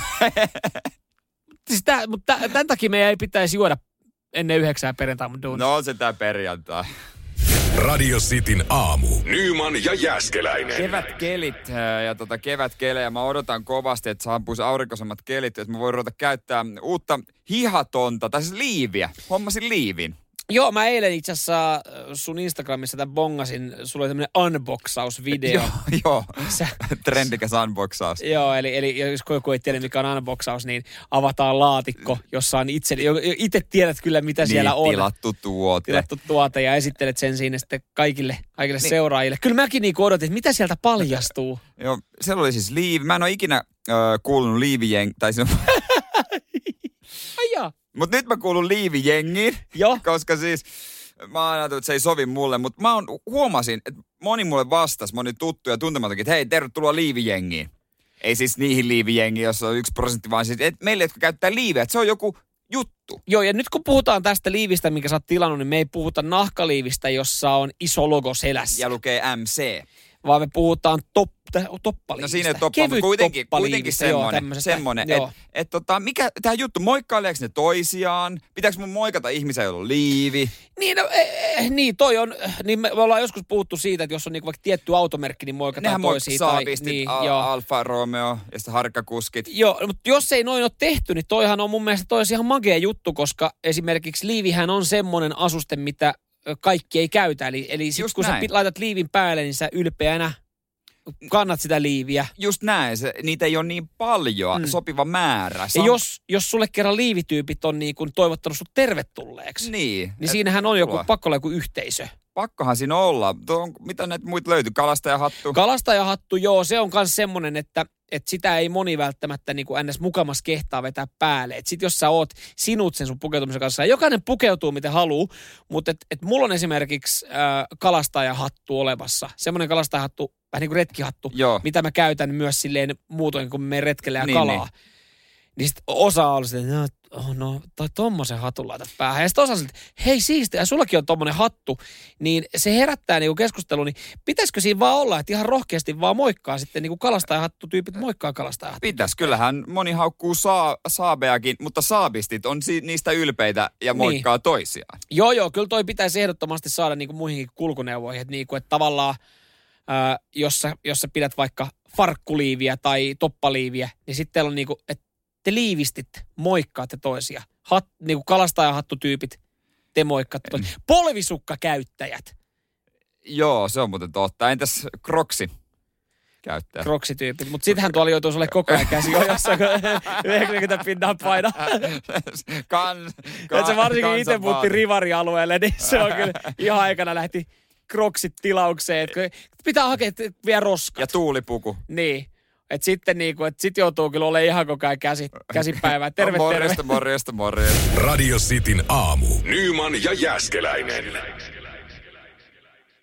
siis tää, mutta tämän takia meidän ei pitäisi juoda ennen yhdeksää perjantaina duunissa. No se tää perjantai. Radio Cityn aamu. Nyman ja Jääskeläinen. Kevätkelit ja tota kevätkelejä. Mä odotan kovasti, että saapuisi aurinkoisemmat kelit, että mä voin ruveta käyttää uutta hihatonta, tai siis liiviä. Hommasin liivin. Joo, mä eilen itse asiassa sun Instagramissa tämän bongasin. Sulla oli tämmönen unboxaus-video. joo, joo. Sä... trendikäs unboxaus. Joo, eli, eli jos joku ei tiedä, mikä on unboxaus, niin avataan laatikko, jossa on itse, itse tiedät kyllä, mitä niin, siellä on. tilattu tuote. Tilattu tuote ja esittelet sen siinä sitten kaikille, kaikille niin. seuraajille. Kyllä mäkin niin odotin, että mitä sieltä paljastuu. Joo, siellä oli siis liivi. Mä en ole ikinä äh, kuulunut liivijeng... Tai se... Ai jaa. Mutta nyt mä kuulun liivijengiin, Joo. koska siis mä ajattelin, että se ei sovi mulle, mutta mä on, huomasin, että moni mulle vastasi, moni tuttu ja tuntematonkin, että hei, tervetuloa liivijengiin. ei siis niihin liivijengiin, jos on yksi prosentti, vaan siis, että meille, jotka käyttää liiviä, että se on joku juttu. Joo, ja nyt kun puhutaan tästä liivistä, minkä sä oot tilannut, niin me ei puhuta nahkaliivistä, jossa on iso logo selässä. Ja lukee M C. Vaan me puhutaan top, toppaliivistä. No siinä ei toppa, mutta kuitenkin, kuitenkin semmoinen, joo, semmoinen että et, tota, mikä tämä juttu, moikkaileeko ne toisiaan? Pitääkö mun moikata ihmisiä, joilla on liivi? Niin, no, eh, niin toi on, niin me, me ollaan joskus puhuttu siitä, että jos on niinku vaikka tietty automerkki, niin moikataan Nehän toisiin. Nehän moikkaa niin, Al- Alfa Romeo ja sitten harkkakuskit. Joo, mutta jos ei noin ole tehty, niin toihan on mun mielestä toi ihan magea juttu, koska esimerkiksi liivihän on semmoinen asuste, mitä kaikki ei käytä. Eli, eli sit, kun näin. Sä laitat liivin päälle, niin sä ylpeänä kannat sitä liiviä. Just näin, se, niitä ei ole niin paljon, mm. sopiva määrä. Ja jos, jos sulle kerran liivityypit on niin kuin toivottanut sut tervetulleeksi, niin, niin siinähän on joku, pakko olla joku yhteisö. Pakkohan siinä olla. Tuo, mitä näitä muita löytyy? Kalastajahattu? Kalastajahattu, joo, se on myös semmoinen, että, että sitä ei moni välttämättä niin kuin ns. Mukamas kehtaa vetää päälle. Että sit jos sä oot sinut sen sun pukeutumisen kanssa, ja jokainen pukeutuu miten haluu, mutta et, et mulla on esimerkiksi äh, kalastajahattu olemassa. Semmoinen kalastajahattu, vähän niin kuin retkihattu, joo. Mitä mä käytän myös silleen muutoin, kun me menen retkelle ja niin, kalaa. Niin. Niin sit osa on sitä, no, oh no, toi tommosen hatun laitat päähän. Ja sit osa on että hei siistiä, ja sullakin on tommonen hattu. Niin se herättää niinku keskustelua, niin pitäisikö siinä vaan olla, että ihan rohkeasti vaan moikkaa sitten niinku kalastajahattutyypit moikkaa kalastajahattu. Pitäis, kyllähän moni haukkuu saa, saabeakin, mutta saabistit on si- niistä ylpeitä ja moikkaa niin. Toisiaan. Joo joo, kyllä toi pitäisi ehdottomasti saada niinku muihinkin kulkuneuvoihin, että niinku, et tavallaan ää, jos, sä, jos sä pidät vaikka farkkuliiviä tai toppaliiviä, niin sitten teillä on niinku, että te liivistit, moikkaatte toisia. Hat, niin kuin kalastajahattutyypit, te moikkaatte toisia. Polvisukkakäyttäjät. Joo, se on muuten totta. Entäs kroksi käyttäjät? Kroksityypit. Mutta sittenhän tuolla joutuu sulle koko ajan käsi jo jossain, kun yhdeksänkymmentä pinnaa painaa. kan, kan, Et se varsinkin itse muutti rivarialueelle, niin se on kyllä ihan aikana lähti kroksit tilaukseen. Pitää hakea vielä roskat. Ja tuulipuku. Niin. Että sitten niinku, että sit joutuu kyllä olemaan ihan koko ajan käsi, käsipäivää. Terve, morjesta, terve. Morjesta, morjesta, morjesta. Radio Cityn aamu. Nyman ja Jääskeläinen.